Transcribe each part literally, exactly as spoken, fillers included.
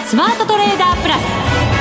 スマートトレーダープラス。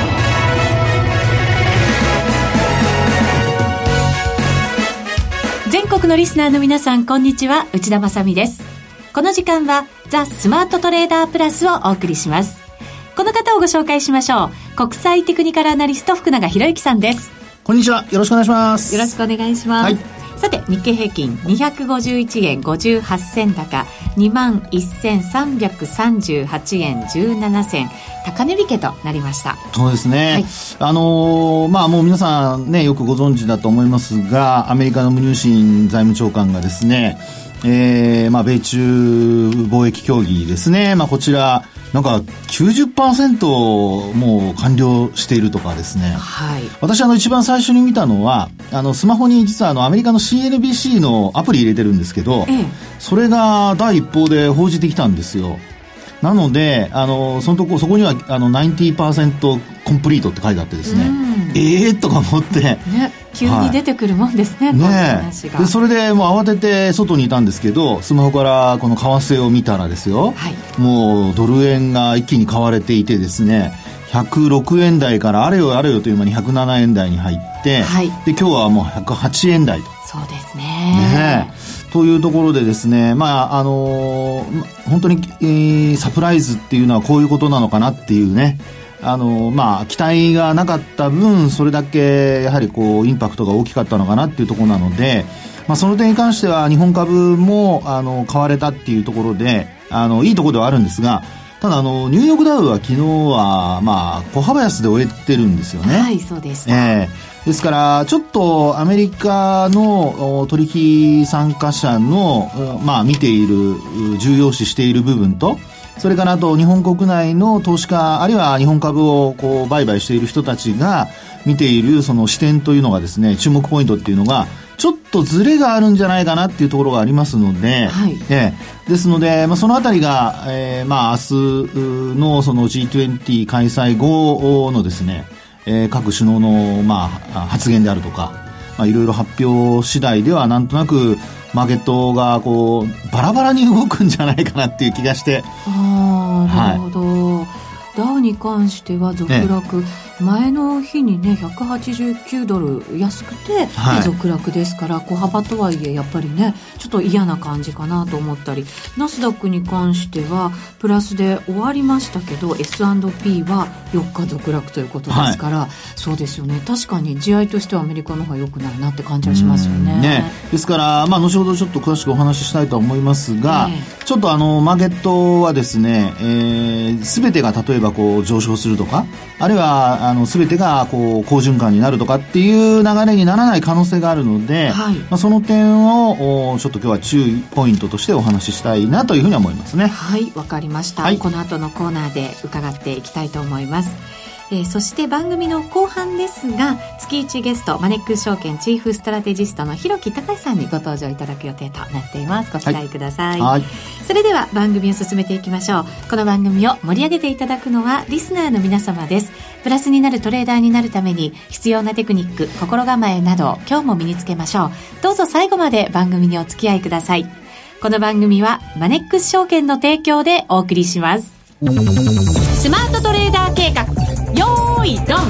全国のリスナーの皆さん、こんにちは、内田まさみです。この時間はザ・スマートトレーダープラスをお送りします。この方をご紹介しましょう。国際テクニカルアナリスト福永博之さんです。 こんにちは、よろしくお願いします。 よろしくお願いします、はい。さて、日経平均にひゃくごじゅういちえんごじゅうはち銭高 にまんせんさんびゃくさんじゅうはちえんじゅうなな銭、高値引けとなりました。 そうですね、はい、あのー、まあもう皆さんねよくご存知だと思いますが、アメリカのムニューシン財務長官がですね、えー、まあ米中貿易協議ですね、まあこちらなんか きゅうじゅっパーセント もう完了しているとかですね、はい、私あの一番最初に見たのはあのスマホに実はあのアメリカの シーエヌビーシー のアプリ入れてるんですけど、ええ、それが第一報で報じてきたんですよ。なのであのそのとこそこにはあの きゅうじゅっパーセント コンプリートって書いてあってですね、ええー、とか思ってね、 急に出てくるもんですね、はい、この話が。 でそれでもう慌てて外にいたんですけど、スマホからこの為替を見たらですよ、はい、もうドル円が一気に買われていてですね、ひゃくろくえん台からあれよあれよという間にひゃくななえん台に入って、はい、で今日はもうひゃくはちえん台と。 そうですね。 ねというところでですね、まああのー、本当に、えー、サプライズっていうのはこういうことなのかなっていうね、あのー、まあ期待がなかった分それだけやはりこうインパクトが大きかったのかなっていうところなので、まあ、その点に関しては日本株もあの買われたっていうところであのいいところではあるんですが、ただあのニューヨークダウは昨日はまあ小幅安で終えてるんですよね。 はい、そうでした、 えーですからちょっとアメリカの取引参加者の、まあ、見ている重要視している部分と、それからあと日本国内の投資家あるいは日本株をこう売買している人たちが見ているその視点というのがですね、注目ポイントっていうのがちょっとズレがあるんじゃないかなっていうところがありますので、はい、えー、ですので、まあ、そのあたりが、えー、まあ明日のその ジートゥエンティー 開催後のですね、えー、各首脳の、まあ、発言であるとか、まあ、いろいろ発表次第ではなんとなくマーケットがこうバラバラに動くんじゃないかなっていう気がして。 ああ、なるほど、はい、ダウに関しては続落、ええ、前の日にねひゃくはちじゅうきゅうドル安くて、はい、続落ですから小幅とはいえやっぱりねちょっと嫌な感じかなと思ったり、ナスダックに関してはプラスで終わりましたけど エスアンドピー はよっか続落ということですから、はい、そうですよね、確かに地合いとしてはアメリカの方が良くないなって感じはしますよね。 ね、ですから、まあ、後ほどちょっと詳しくお話ししたいと思いますが、えー、ちょっとあのマーケットはですね、えー、全てが例えばこう上昇するとか、あるいはあの全てがこう好循環になるとかっていう流れにならない可能性があるので、はい、まあ、その点をちょっと今日は注意ポイントとしてお話ししたいなというふうに思いますね。 はい、わかりました、はい、この後のコーナーで伺っていきたいと思います。えー、そして番組の後半ですが、月いちゲストマネックス証券チーフストラテジストの広木隆さんにご登場いただく予定となっています。ご期待ください、はい、それでは番組を進めていきましょう。この番組を盛り上げていただくのはリスナーの皆様です。プラスになるトレーダーになるために必要なテクニック、心構えなど今日も身につけましょう。どうぞ最後まで番組にお付き合いください。この番組はマネックス証券の提供でお送りします。スマートトレーダー計画、よーいドン。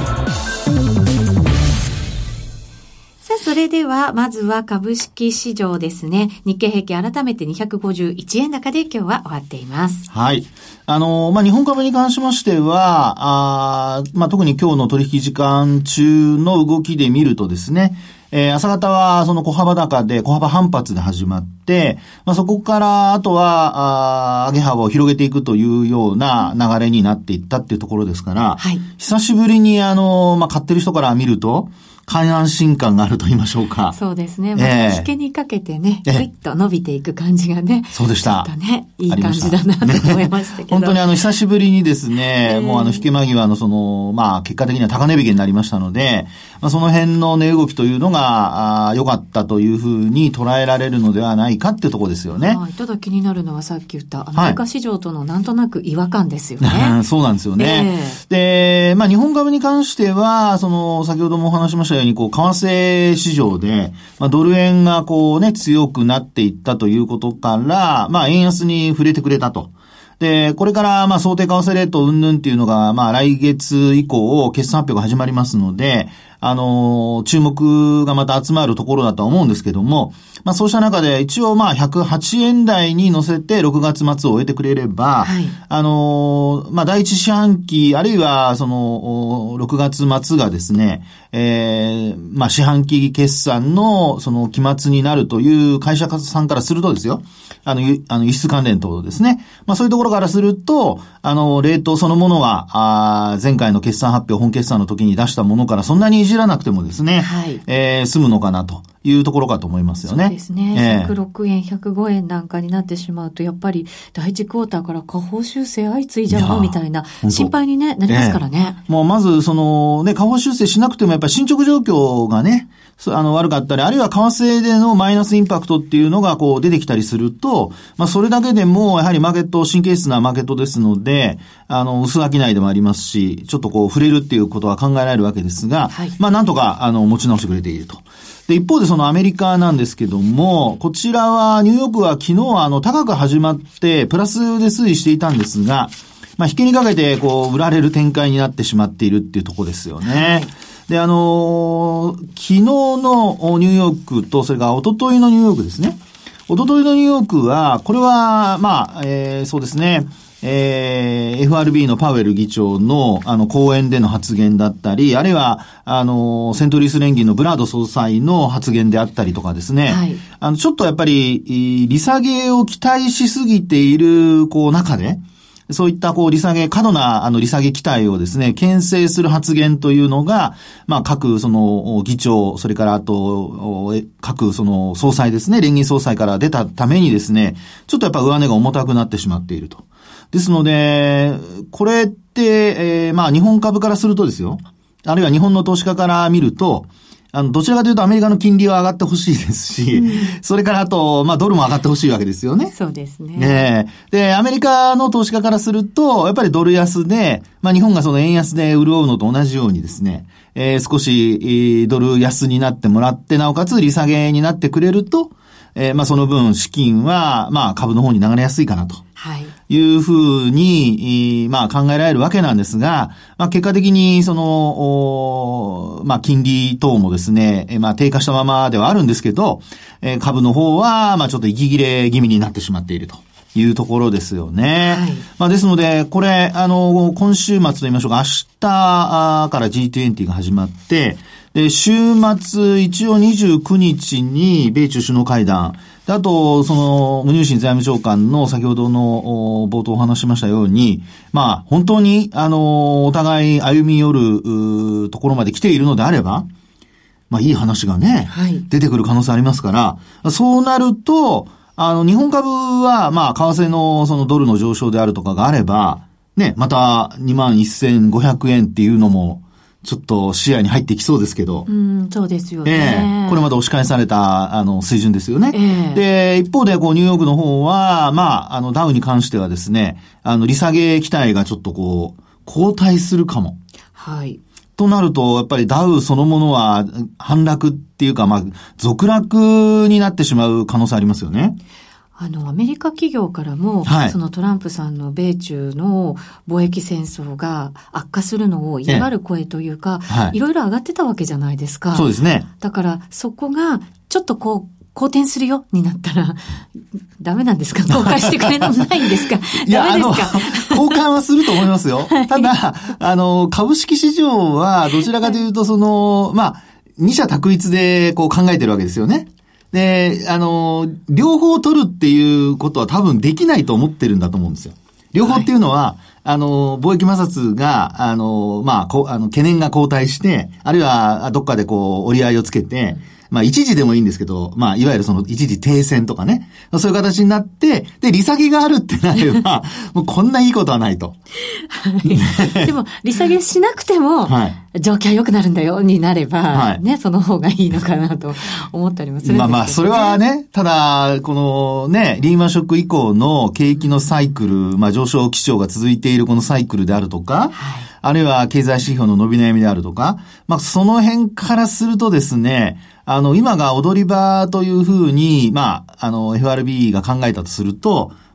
さあ、それではまずは株式市場ですね。日経平均改めてにひゃくごじゅういちえん高で今日は終わっています。 はい。あの、まあ、日本株に関しましては、あまあ、特に今日の取引時間中の動きで見るとですね、えー、朝方はその小幅高で小幅反発で始まって、まあ、そこからあとはあ上げ幅を広げていくというような流れになっていったっていうところですから、はい、久しぶりにあの、まあ、買ってる人から見ると観安心感があると言いましょうか。 そうですね。また引けにかけてね、ぐ、えー、いっと伸びていく感じがね。 そうでした。 ちょっとね、いい感じだなと思いましたけど。 本当にあの、久しぶりにですね、えー、もうあの、引け間際のその、まあ、結果的には高値引けになりましたので、まあ、その辺の値動きというのが、良かったというふうに捉えられるのではないかっていうところですよね。 はい。ただ気になるのはさっき言ったアメリカ市場とのなんとなく違和感ですよね。 はい、そうなんですよね。えー、で、まあ、日本株に関しては、その、先ほどもお話しましたように、こう、為替市場で、まあ、ドル円がこうね、強くなっていったということから、まあ、円安に触れてくれたと。 で、これから、まあ、想定為替レート云々っていうのが、まあ、来月以降、決算発表が始まりますので、あの、注目がまた集まるところだとは思うんですけども、まあ、そうした中で、一応、まあ、ひゃくはちえん台に乗せてろくがつ末を終えてくれれば、はい、あの、まあ、第一四半期、あるいは、その、ろくがつ末がですね、えー、まあ、四半期決算の、その、期末になるという会社さんからするとですよ、あの、あの輸出関連等ですね。まあ、そういうところからすると、あの、レートそのものは、あ前回の決算発表、本決算の時に出したものからそんなにいじらなくてもですね、はい、えー、済むのかなというところかと思いますよね。 そうですね。えー、ひゃくろくえん、ひゃくごえんなんかになってしまうと、やっぱり第一クォーターから下方修正相次いじゃうのみたいな心配に、ね、なりますからね。 えー、もうまず、その、ね、下方修正しなくてもやっぱり進捗状況がね、あの、悪かったり、あるいは為替でのマイナスインパクトっていうのがこう出てきたりすると、まあそれだけでもやはりマーケット、神経質なマーケットですので、あの、薄商いでもありますし、ちょっとこう触れるっていうことは考えられるわけですが、はい、まあなんとかあの持ち直してくれていると。で、一方でそのアメリカなんですけども、こちらはニューヨークは昨日はあの高く始まってプラスで推移していたんですが、まあ引けにかけてこう売られる展開になってしまっているっていうところですよね。はい、で、あのー、昨日のニューヨークと、それから一昨日のニューヨークですね。一昨日のニューヨークは、これは、まあ、えー、そうですね、えー、エフアールビー のパウエル議長の、あの、講演での発言だったり、あるいは、あの、セントルイス連銀のブラード総裁の発言であったりとかですね。はい、あの、ちょっとやっぱり、利下げを期待しすぎている、こう、中で、そういったこう利下げ、過度なあの利下げ期待をですね、牽制する発言というのが、まあ各その議長、それからあと、各その総裁ですね、連銀総裁から出たためにですね、ちょっとやっぱ上値が重たくなってしまっていると。ですので、これって、えー、まあ日本株からするとですよ、あるいは日本の投資家から見ると、あの、どちらかというとアメリカの金利は上がってほしいですし、うん、それからあと、まあドルも上がってほしいわけですよね。 そうですね。 ねえ。で、アメリカの投資家からすると、やっぱりドル安で、まあ日本がその円安で潤うのと同じようにですね、えー、少し、えー、ドル安になってもらって、なおかつ利下げになってくれると、えー、まあその分資金は、まあ株の方に流れやすいかなと。はい。いうふうに、まあ考えられるわけなんですが、まあ結果的にその、まあ金利等もですね、まあ低下したままではあるんですけど、株の方は、まあちょっと息切れ気味になってしまっているというところですよね。はい。まあですので、これ、あの、今週末と言いましょうか、明日から ジートゥエンティー が始まって、で、週末一応にじゅうくにちに米中首脳会談、あと、その、ムニューシン財務長官の先ほどの冒頭お話しましたように、まあ、本当に、あの、お互い歩み寄るところまで来ているのであれば、まあ、いい話がね、はい、出てくる可能性ありますから、そうなると、あの、日本株は、まあ、為替のそのドルの上昇であるとかがあれば、ね、またにまんせんごひゃくえんっていうのも、ちょっと視野に入ってきそうですけど。 うん、そうですよね。 ええ、これまで押し返された、あの、水準ですよね。ええ、で、一方で、こう、ニューヨークの方は、まあ、あの、ダウに関してはですね、あの、利下げ期待がちょっとこう、後退するかも。はい。となると、やっぱりダウそのものは、反落っていうか、まあ、続落になってしまう可能性ありますよね。 あの、アメリカ企業からも、はい、そのトランプさんの米中の貿易戦争が悪化するのを嫌がる声というか、はい、いろいろ上がってたわけじゃないですか。 そうですね。 だから、そこが、ちょっとこう、好転するよになったら、ダメなんですか？公開してくれないんですか？いや、ダメですか？ あの、交換はすると思いますよ。はい、ただ、あの、株式市場は、どちらかというと、その、まあ、二者択一でこう考えてるわけですよね。で、あの、両方取るっていうことは多分できないと思ってるんだと思うんですよ。両方っていうのは、はい、あの、貿易摩擦が、あの、まあ、こあの、懸念が後退して、あるいはどっかでこう、折り合いをつけて、まあ一時でもいいんですけど、まあいわゆるその一時停戦とかね、そういう形になって、で、利下げがあるってなれば、もうこんないいことはないと。 はい、でも、利下げしなくても、はい、状況良くなるんだよ、になれば、はい、ね、その方がいいのかなと思ったりもするんですけど、ね。まあまあ、それはね、ただ、このね、リーマンショック以降の景気のサイクル、まあ上昇基調が続いているこのサイクルであるとか、はい、あるいは経済指標の伸び悩みであるとか、まあその辺からするとですね、あの、今が踊り場というふうに、まあ、あの、エフアールビー が考えたとすると、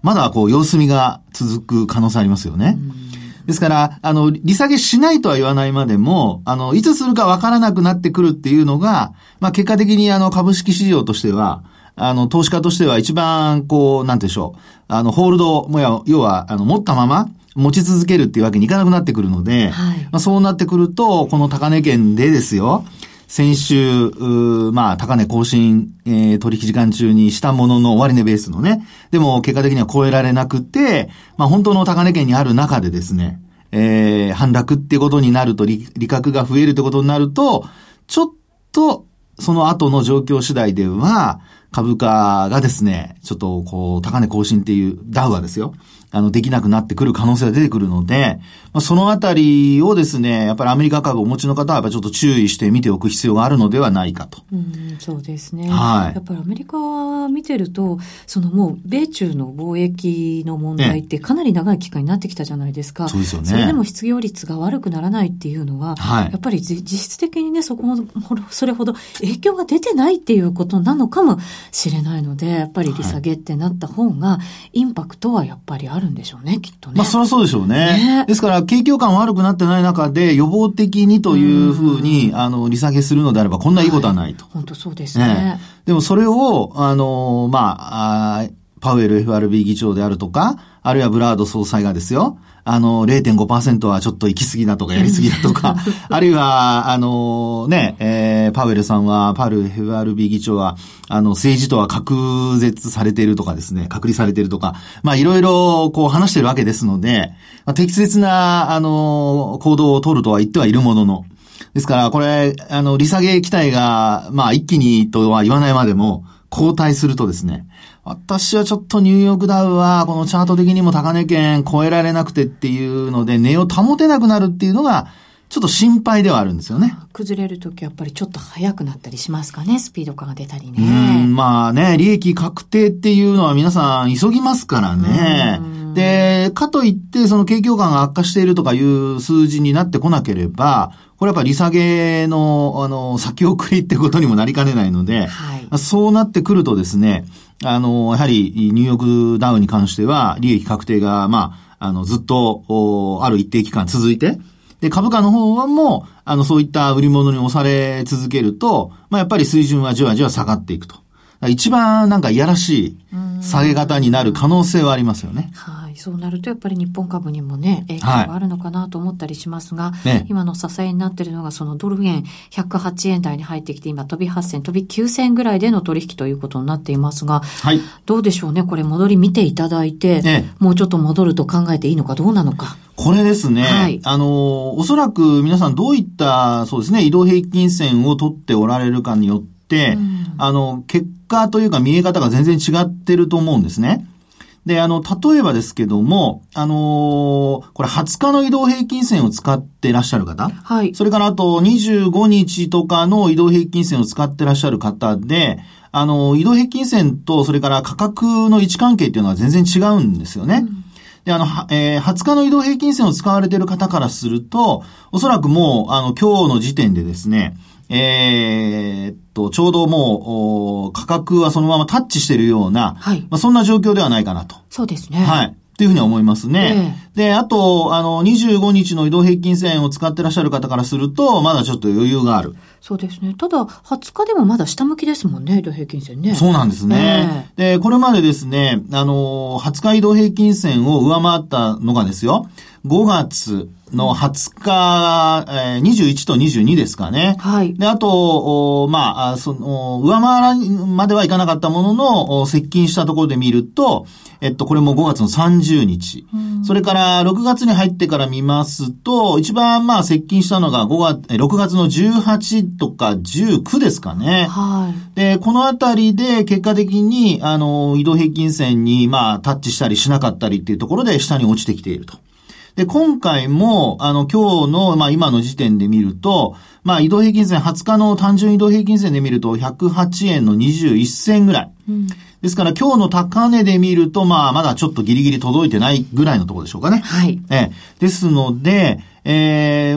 まだこう様子見が続く可能性ありますよね。ですから、あの、利下げしないとは言わないまでも、あの、いつするかわからなくなってくるっていうのが、まあ結果的にあの株式市場としては、あの、投資家としては一番こう、なんてでしょう、あの、ホールド、もや、要は、あの、持ったまま、持ち続けるっていうわけにいかなくなってくるので、はい、まあそうなってくると、この高値圏でですよ、先週、まあ、高値更新、えー、取引時間中にしたものの終値ベースのね。でも、結果的には超えられなくて、まあ、本当の高値圏にある中でですね、えー、反落っていうことになると、利、利確が増えるってことになると、ちょっと、その後の状況次第では、株価がですね、ちょっとこう、高値更新っていう、ダウがですよ。あの、できなくなってくる可能性が出てくるので、まあ、そのあたりをですね、やっぱりアメリカ株をお持ちの方はやっぱりちょっと注意して見ておく必要があるのではないかと。 うん、そうですね。 はい。 やっぱりアメリカ見てると、そのもう、米中の貿易の問題ってかなり長い期間になってきたじゃないですか。 そうですよね。 それでも失業率が悪くならないっていうのは、はい、やっぱり実質的にね、そこも、それほど影響が出てないっていうことなのかもしれないので、やっぱり利下げってなった方が、インパクトはやっぱりあるんでしょうね、きっとね。 まあ、そりゃそうでしょうね。ね。ですから、景況感悪くなってない中で、予防的にというふうに、あの、利下げするのであれば、こんないいことはないと。 はい、本当そうですね。ね。 でも、それを、あの、まあ、あパウエル エフアールビー 議長であるとか、あるいはブラード総裁がですよ、あの、ゼロてんごパーセント はちょっと行き過ぎだとかやり過ぎだとか、あるいは、あの、ね、えー、パウエルさんは、パウエル エフアールビー 議長は、あの、政治とは隔絶されているとかですね、隔離されているとか、まあ、いろいろ、こう話しているわけですので、まあ、適切な、あの、行動を取るとは言ってはいるものの、ですから、これ、あの、利下げ期待が、まあ、一気にとは言わないまでも、後退するとですね、私はちょっとニューヨークダウはこのチャート的にも高値圏超えられなくてっていうので値を保てなくなるっていうのがちょっと心配ではあるんですよね。 崩れるときやっぱりちょっと早くなったりしますかね、スピード感が出たりね。 うん、まあね、利益確定っていうのは皆さん急ぎますからね。で、かといってその景況感が悪化しているとかいう数字になってこなければ、これやっぱり利下げの、あの、先送りってことにもなりかねないので、はい、そうなってくるとですね、あの、やはりニューヨークダウに関しては利益確定が、まあ、あの、ずっと、ある一定期間続いて、で、株価の方はもう、あの、そういった売り物に押され続けると、まあ、やっぱり水準はじわじわ下がっていくと。一番なんかいやらしい下げ方になる可能性はありますよね。 はい。そうなるとやっぱり日本株にもね、影響があるのかなと思ったりしますが、はいね、今の支えになっているのがそのドル円ひゃくはちえん台に入ってきて、今飛びはっせん、飛びきゅうせんぐらいでの取引ということになっていますが、はい。どうでしょうね。これ戻り見ていただいて、ね、もうちょっと戻ると考えていいのかどうなのか。 これですね。はい。あの、おそらく皆さんどういった、そうですね、移動平均線を取っておられるかによって、うん、あの、結果というか見え方が全然違ってると思うんですね。で、あの、例えばですけども、あのー、これはつかの移動平均線を使ってらっしゃる方。はい。それからあとにじゅうごにちとかの移動平均線を使ってらっしゃる方で、あの、移動平均線とそれから価格の位置関係っていうのは全然違うんですよね。うん、で、あの、えー、はつかの移動平均線を使われている方からすると、おそらくもう、あの、今日の時点でですね、えー、っと、ちょうどもう、価格はそのままタッチしているような、はい。まあ、そんな状況ではないかなと。 そうですね。 はい。というふうに思いますね。えー、で、あと、あの、にじゅうごにちの移動平均線を使ってらっしゃる方からすると、まだちょっと余裕がある。 そうですね。ただ、はつかでもまだ下向きですもんね、移動平均線ね。 そうなんですね。えー、で、これまでですね、あの、はつか移動平均線を上回ったのがですよ、ごがつのはつか、えー、にじゅういちとにじゅうにですかね。はい。で、あと、まあ、その、上回らまではいかなかったものの、接近したところで見ると、えっと、これもごがつのさんじゅうにち。それから、ろくがつに入ってから見ますと、一番まあ、接近したのがごがつ、ろくがつのじゅうはちとかじゅうくですかね。はい。で、このあたりで結果的に、あの、移動平均線に、まあ、タッチしたりしなかったりっていうところで下に落ちてきていると。で、今回も、あの、今日の、まあ、今の時点で見ると、まあ、移動平均線、はつかの単純移動平均線で見ると、ひゃくはちえんのにじゅういっせんぐらい。うん、ですから、今日の高値で見ると、まあ、まだちょっとギリギリ届いてないぐらいのところでしょうかね。はい。ええ。ですので、えー、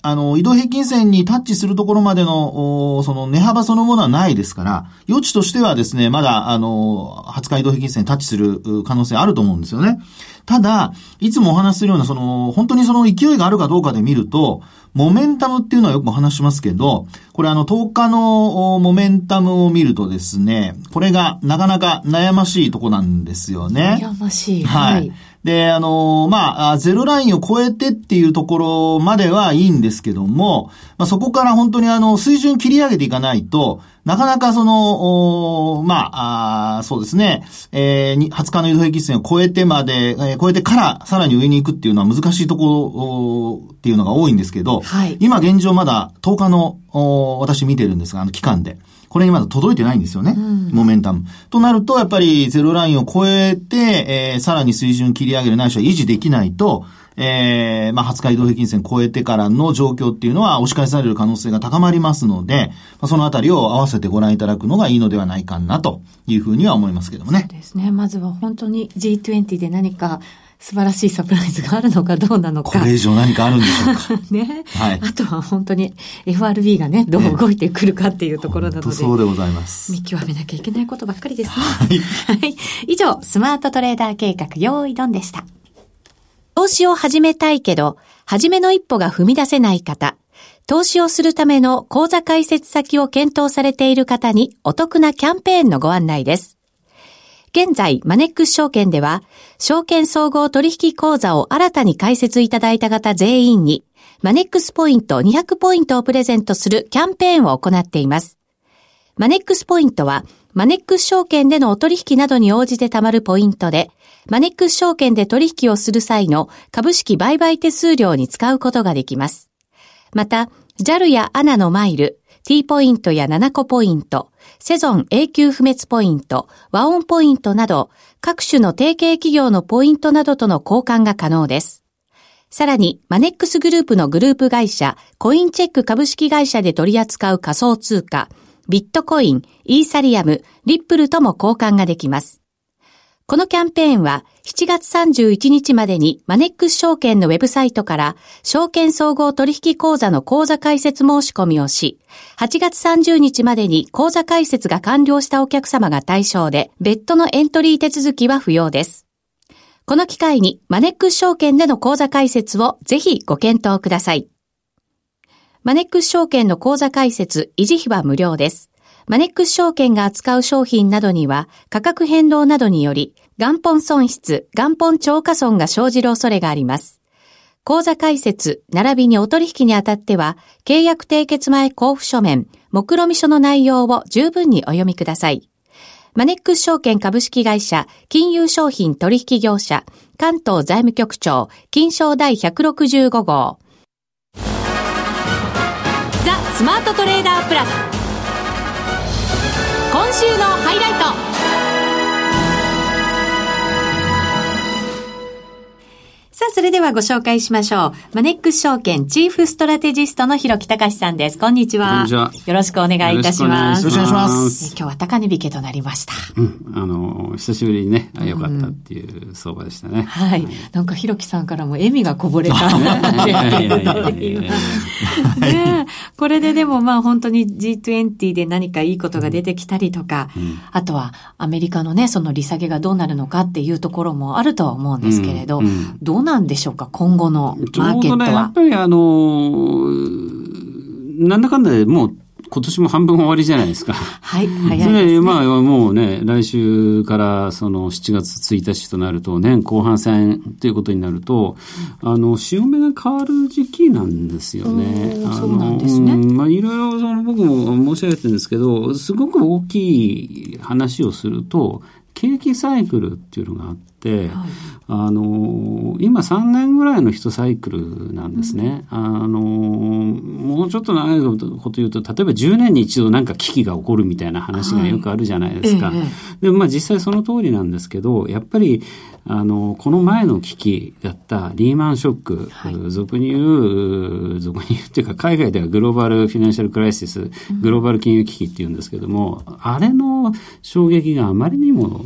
あの、移動平均線にタッチするところまでの、その値幅そのものはないですから、余地としてはですね、まだ、あの、はつか移動平均線にタッチする可能性あると思うんですよね。ただ、いつもお話しするような、その、本当にその勢いがあるかどうかで見ると、モメンタムっていうのはよくお話しますけど、これあの、とおかのモメンタムを見るとですね、これがなかなか悩ましいとこなんですよね。 悩ましい。 はい。はいで、あの、まあ、ゼロラインを超えてっていうところまではいいんですけども、まあ、そこから本当にあの、水準切り上げていかないと、なかなかその、まあ、あそうですね、えー、はつかの移動平均線を超えてまで、えー、超えてからさらに上に行くっていうのは難しいところっていうのが多いんですけど、はい、今現状まだとおかの、私見てるんですが、あの期間で。これにまだ届いてないんですよね。うん、モメンタム。となると、やっぱりゼロラインを超えて、えー、さらに水準切り上げるないしは維持できないと、えー、まあ、はつか移動平均線超えてからの状況っていうのは押し返される可能性が高まりますので、まあ、そのあたりを合わせてご覧いただくのがいいのではないかなというふうには思いますけどもね。 そうですね。まずは本当に ジートゥエンティー で何か素晴らしいサプライズがあるのかどうなのか。 これ以上何かあるんでしょうか。 ね。はい。あとは本当に エフアールビー がね、どう動いてくるかっていうところなので。 ね、そうでございます。 見極めなきゃいけないことばっかりですね。はい。はい。以上、スマートトレーダー計画用意ドンでした。投資を始めたいけど、初めの一歩が踏み出せない方、投資をするための口座開設先を検討されている方にお得なキャンペーンのご案内です。現在、マネックス証券では、証券総合取引口座を新たに開設いただいた方全員に、マネックスポイントにひゃくポイントをプレゼントするキャンペーンを行っています。マネックスポイントは、マネックス証券でのお取引などに応じて貯まるポイントで、マネックス証券で取引をする際の株式売買手数料に使うことができます。また、ジャル や エーエヌエー のマイル、T ポイントやななこポイント、セゾン永久不滅ポイント、和音ポイントなど、各種の提携企業のポイントなどとの交換が可能です。さらに、マネックスグループのグループ会社、コインチェック株式会社で取り扱う仮想通貨、ビットコイン、イーサリアム、リップルとも交換ができます。このキャンペーンはしちがつさんじゅういちにちまでにマネックス証券のウェブサイトから証券総合取引口座の口座開設申し込みをし、はちがつさんじゅうにちまでに口座開設が完了したお客様が対象で、別途のエントリー手続きは不要です。この機会にマネックス証券での口座開設をぜひご検討ください。マネックス証券の口座開設、維持費は無料です。マネックス証券が扱う商品などには価格変動などにより元本損失、元本超過損が生じる恐れがあります。口座開設並びにお取引にあたっては契約締結前交付書面、目論見書の内容を十分にお読みください。マネックス証券株式会社金融商品取引業者関東財務局長金商第ひゃくろくじゅうご号ザ・スマートトレーダープラス今週のハイライト。さあ、それではご紹介しましょう。マネックス証券チーフストラテジストの広木隆さんです。こんにちは。 こんにちは。 よろしくお願いいたします。 よろしくお願いします。 今日は高値引けとなりました。 うん、あの久しぶりにね、良かったっていう相場でしたね。 はい。はい、なんか広木さんからも笑みがこぼれたね。これででもまあ本当に ジートゥエンティー で何かいいことが出てきたりとか、うん、あとはアメリカのねその利下げがどうなるのかっていうところもあるとは思うんですけれど、うんうん、どうなんでしょうか今後のマーケットは。ちょうどね、 やっぱりあのなんだかんだでもう今年も半分終わりじゃないですか。 はい、早いですね。 で、まあもうね、来週からそのしちがつついたちとなると年後半戦ということになると、あの潮目が変わる時期なんですよね。 そうなんですね。 うん、まあいろいろその僕も申し上げてるんですけど、すごく大きい話をすると景気サイクルっていうのがあって。はい、あの今さんねんぐらいの一サイクルなんですね、うん、あのもうちょっと長いこと言うと例えばじゅうねんに一度なんか危機が起こるみたいな話がよくあるじゃないですか、はい、ええ、でまあ実際その通りなんですけどやっぱりあのこの前の危機だったリーマンショック、はい、俗に言う俗に言うっていうか海外ではグローバルフィナンシャルクライシス、グローバル金融危機っていうんですけども、うん、あれの衝撃があまりにも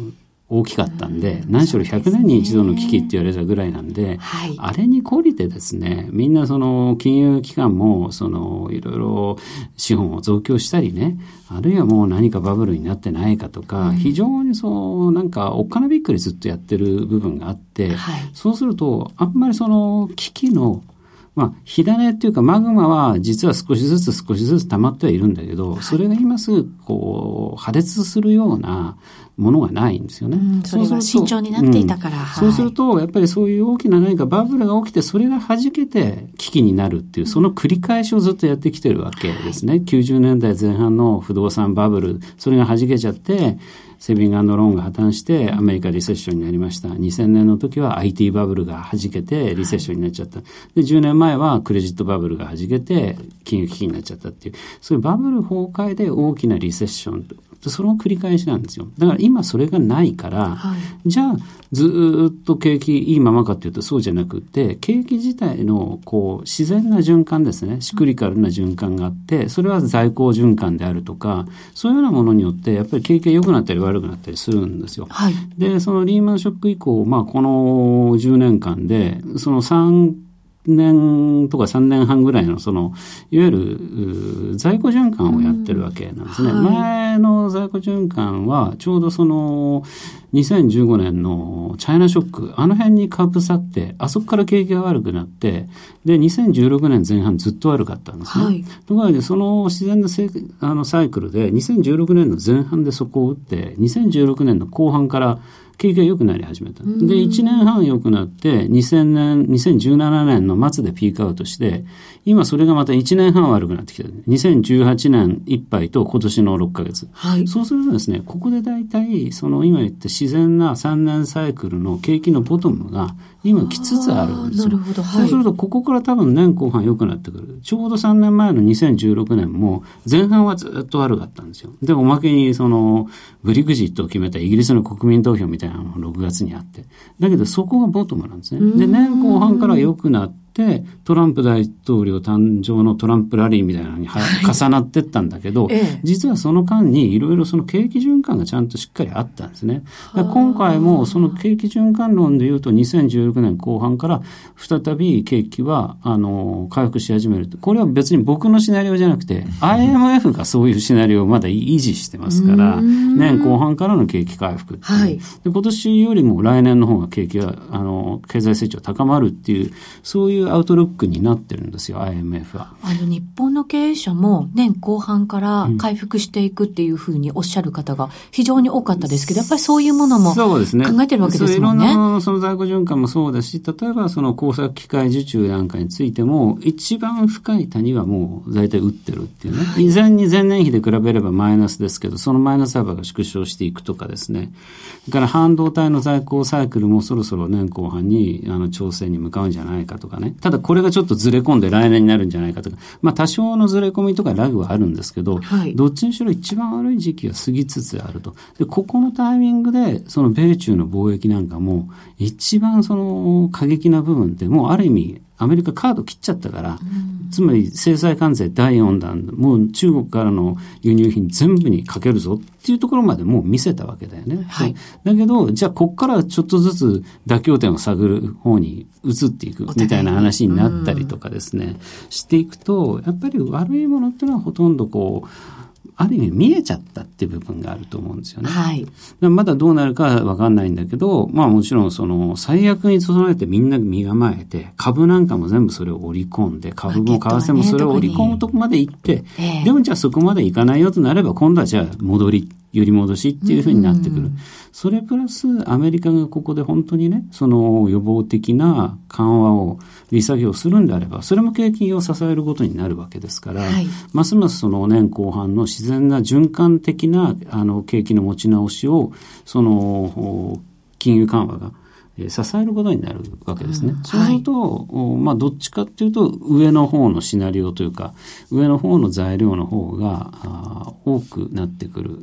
大きかったんで、何しろひゃくねんに一度の危機って言われたぐらいなんで、はい、あれに懲りてですね、みんなその金融機関もそのいろいろ資本を増強したりね、あるいはもう何かバブルになってないかとか、うん、非常にそうなんかおっかなびっくりずっとやってる部分があって、はい、そうするとあんまりその危機のまあ、火種っていうかマグマは実は少しずつ少しずつ溜まってはいるんだけど、はい、それが今すぐこう破裂するようなものがないんですよね。 うん、それは慎重になっていたから、うんはい、 そうするとやっぱりそういう大きな何かバブルが起きてそれが弾けて危機になるっていうその繰り返しをずっとやってきてるわけですね、はい、きゅうじゅうねんだいぜん半の不動産バブル、それが弾けちゃってセービング&ローンが破綻してアメリカリセッションになりました。にせんねんの時は アイティー バブルが弾けてリセッションになっちゃった。で、じゅうねんまえはクレジットバブルが弾けて金融危機になっちゃったっていう、そういうバブル崩壊で大きなリセッション、その繰り返しなんですよ。だから今それがないから、はい、じゃあずっと景気いいままかっていうとそうじゃなくて、景気自体のこう自然な循環ですね、シクリカルな循環があって、それは在庫循環であるとか、そういうようなものによってやっぱり景気が良くなったり悪くなったりするんですよ。はい、で、そのリーマンショック以降、まあこのじゅうねんかんでそのさんねんとかさんねんはんぐらいのそのいわゆる在庫循環をやってるわけなんですね、うんはい、前の在庫循環はちょうどそのにせんじゅうごねんのチャイナショック、あの辺にかぶさってあそこから景気が悪くなって、でにせんじゅうろくねんぜん半ずっと悪かったんですね、はい、ところでその自然なせあのサイクルでにせんじゅうろくねんの前半で底を打ってにせんじゅうろくねんの後半から景気が良くなり始めた。で、いちねんはん良くなって、にせんねん、にせんじゅうななねんの末でピークアウトして、今それがまたいちねんはん悪くなってきた。にせんじゅうはちねんいっぱいと今年のろっかげつ。はい、そうするとですね、ここで大体、その今言った自然なさんねんサイクルの景気のボトムが今来つつあるんですよ。なるほど、はい、そうすると、ここから多分年後半良くなってくる。ちょうどさんねんまえのにせんじゅうろくねんも前半はずっと悪かったんですよ。で、おまけにその、ブリグジットを決めたイギリスの国民投票みたいなのがろくがつにあって。だけどそこがボトムなんですね。で、年後半から良くなって、トランプ大統領誕生のトランプラリーみたいなのに、はい、重なってったんだけど、ええ、実はその間にいろいろその景気循環がちゃんとしっかりあったんですね。今回もその景気循環論で言うとにせんじゅうろくねんこう半から再び景気はあの回復し始める。これは別に僕のシナリオじゃなくて アイエムエフ がそういうシナリオをまだ維持してますから年後半からの景気回復っていう、はい、で今年よりも来年の方が景気があの経済成長高まるっていうそういうアウトロックになってるんですよ アイエムエフ は。 あの日本の経営者も年後半から回復していくっていうふうにおっしゃる方が非常に多かったですけど、やっぱりそういうものも考えてるわけですもんね。 そういろんなその在庫循環もそうだし、例えばその工作機械受注なんかについても一番深い谷はもう大体打ってるっていうね、はい、以前に前年比で比べればマイナスですけど、そのマイナス幅が縮小していくとかですね。だから半導体の在庫サイクルもそろそろ年後半にあの調整に向かうんじゃないかとかね。ただこれがちょっとずれ込んで来年になるんじゃないかとか、まあ多少のずれ込みとかラグはあるんですけど、はい、どっちにしろ一番悪い時期が過ぎつつあると。で、ここのタイミングでその米中の貿易なんかも一番その過激な部分ってもうある意味アメリカカード切っちゃったから、うん、つまり制裁関税だいよん弾、もう中国からの輸入品全部にかけるぞっていうところまでもう見せたわけだよね。はい、だけど、じゃあこっからちょっとずつ妥協点を探る方に移っていくみたいな話になったりとかですね、していくと、やっぱり悪いものっていうのはほとんどこう、ある意味見えちゃったっていう部分があると思うんですよね。はい。まだどうなるかわかんないんだけど、まあもちろんその最悪に備えてみんな身構えて、株なんかも全部それを織り込んで、株も為替もそれを織り込むとこまで行って、えー、でもじゃあそこまで行かないよとなれば、今度はじゃあ戻り、揺り戻しっていうふうになってくる。うんうん、それプラスアメリカがここで本当にね、その予防的な緩和を利下げをするんであれば、それも景気を支えることになるわけですから、はい、ますますその年後半の自然な循環的なあの景気の持ち直しを、その金融緩和が支えることになるわけですね。うん、そうすると、はい、まあどっちかっていうと上の方のシナリオというか、上の方の材料の方が多くなってくる。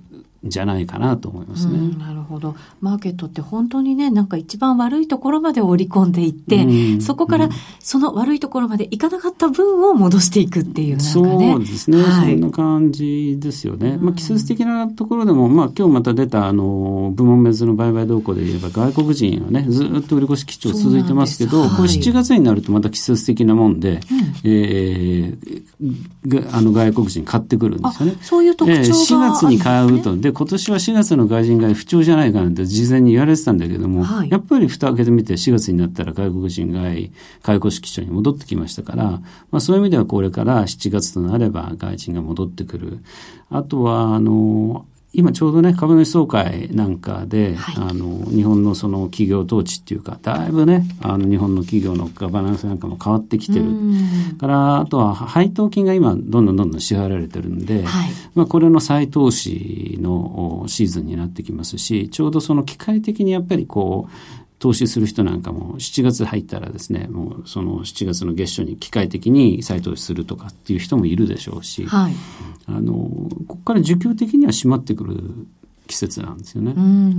じゃないかなと思いますね。 うん、なるほど。マーケットって本当にね、なんか一番悪いところまで織り込んでいって、うん、そこからその悪いところまでいかなかった分を戻していくっていう、なんかね。 そうですね。はい、そんな感じですよね。うん、まあ、季節的なところでも、まあ、今日また出たあの部門別の売買動向で言えば外国人はね、ずっと売り越し基調続いてますけど、はい、これしちがつになるとまた季節的なもんで、うん、えー、あの外国人買ってくるんですよね。 そういう特徴があるんですね。 しがつに買うと。で、今年はしがつの外人買い不調じゃないかなんて事前に言われてたんだけども、はい、やっぱり蓋開けてみてしがつになったら外国人買い、買い越し基調に戻ってきましたから、まあ、そういう意味ではこれからしちがつとなれば外人が戻ってくる。あとは、あの、今ちょうどね、株主総会なんかで、はい、あの、日本のその企業統治っていうか、だいぶね、あの、日本の企業のガバナンスなんかも変わってきてる。から、あとは配当金が今、どんどんどんどん支払われてるんで、はい、まあ、これの再投資のシーズンになってきますし、ちょうどその機械的にやっぱりこう、投資する人なんかもしちがつ入ったらですね、もうそのしちがつの月初に機械的に再投資するとかっていう人もいるでしょうし、はい、あのここから需給的には締まってくる季節なんですよね。 うん、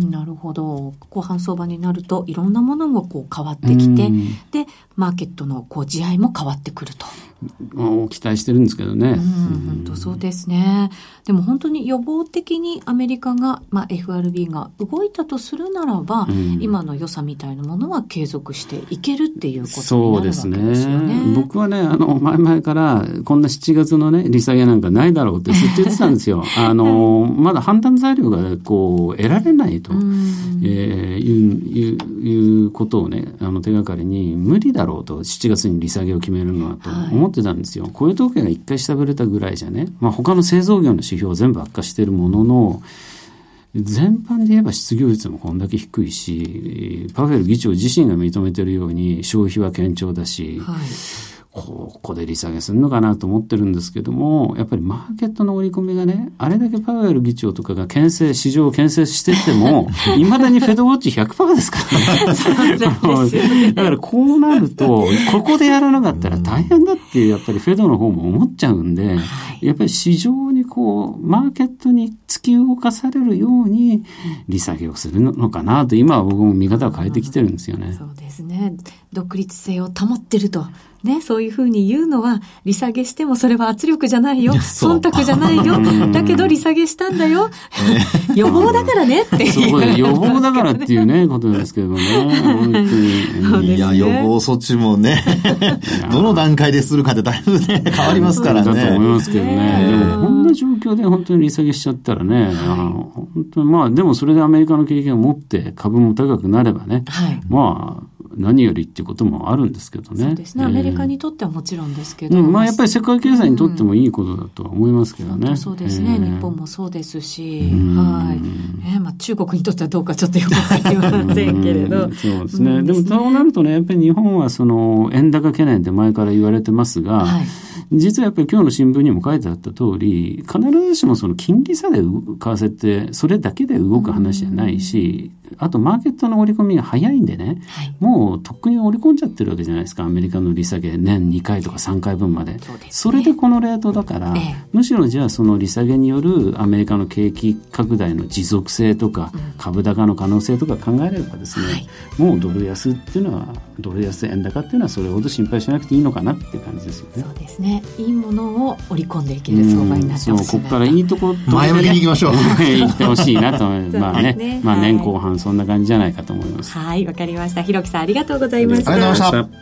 なるほど。後半相場になるといろんなものがこう変わってきて、でマーケットのこう地合いも変わってくると。 期待してるんですけどね。 うん、本当そうですね。でも本当に予防的にアメリカが、まあ、エフアールビー が動いたとするならば、うん、今の良さみたいなものは継続していけるっていうことになるわけですよね。そうですね。 僕はね、あの前々からこんなしちがつのね利下げなんかないだろうってずっと言ってたんですよ。あのまだ判断材料がこう得られないと、えー、いういういうことをね、あの手がかりに無理だろうと、しちがつに利下げを決めるのはと思ってたんですよ。雇用統計が一回下振れたぐらいじゃね、まあ、他の製造業の指標は全部悪化しているものの、全般で言えば失業率もこんだけ低いし、パウエル議長自身が認めているように消費は堅調だし、はい、ここで利下げするのかなと思ってるんですけども、やっぱりマーケットの織り込みがね、あれだけパウエル議長とかが牽制、市場を牽制してっても、いまだにフェドウォッチ ひゃくパーセント ですからね。だからこうなると、ここでやらなかったら大変だっていう、やっぱりフェドの方も思っちゃうんで、やっぱり市場にこう、マーケットに突き動かされるように、利下げをするのかなと、今は僕も見方を変えてきてるんですよね。 そうですね。独立性を保ってると。ね、そういうふうに言うのは、利下げしてもそれは圧力じゃないよ、忖度じゃないよ、だけど利下げしたんだよ、予防だからねっていう。 そう予防だからっていうね、ことですけどね。本当に。いや、予防措置もね、どの段階でするかでだいぶね、変わりますからね。 だと思いますけどね。でもこんな状況で本当に利下げしちゃったらね、はい、あの本当にまあ、でもそれでアメリカの経験を持って株も高くなればね、はい、まあ、何よりっていうこともあるんですけどね。 そうですね。アメリカにとってはもちろんですけど、 うん、まあやっぱり世界経済にとってもいいことだとは思いますけどね。 うん、そうですね、えー。日本もそうですし、はい。えー、まあ中国にとってはどうかちょっとよくわかりませんけれど。 そうですね。うん、でもそうなるとね、やっぱり日本はその円高懸念って前から言われてますが、はい、実はやっぱり今日の新聞にも書いてあった通り、必ずしもその金利差で為替ってそれだけで動く話じゃないし、あとマーケットの織り込みが早いんでね、はい、もうとっくに織り込んじゃってるわけじゃないですか。アメリカの利下げ年にかいとかさんかいぶんまで。 そうですね。それでこのレートだから、ええ、むしろじゃあその利下げによるアメリカの景気拡大の持続性とか、うん、株高の可能性とか考えればですね、はい、もうドル安っていうのはドル安円高っていうのはそれほど心配しなくていいのかなっていう感じですよね。 そうですね。いいものを織り込んでいける相場になってほしいなと。 そう、ここからいいところ前向きにいきましょう。 行ってほしいなと思います。まあね、まあ年後半そんな感じじゃないかと思います。 はい、わかりました。ひろきさんありがとうございました。 ありがとうございました。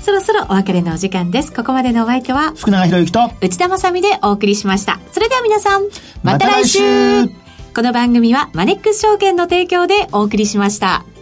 そろそろお別れのお時間です。ここまでのお相手は福永博之と内田まさみでお送りしました。それでは皆さんまた来週。この番組はマネックス証券の提供でお送りしました。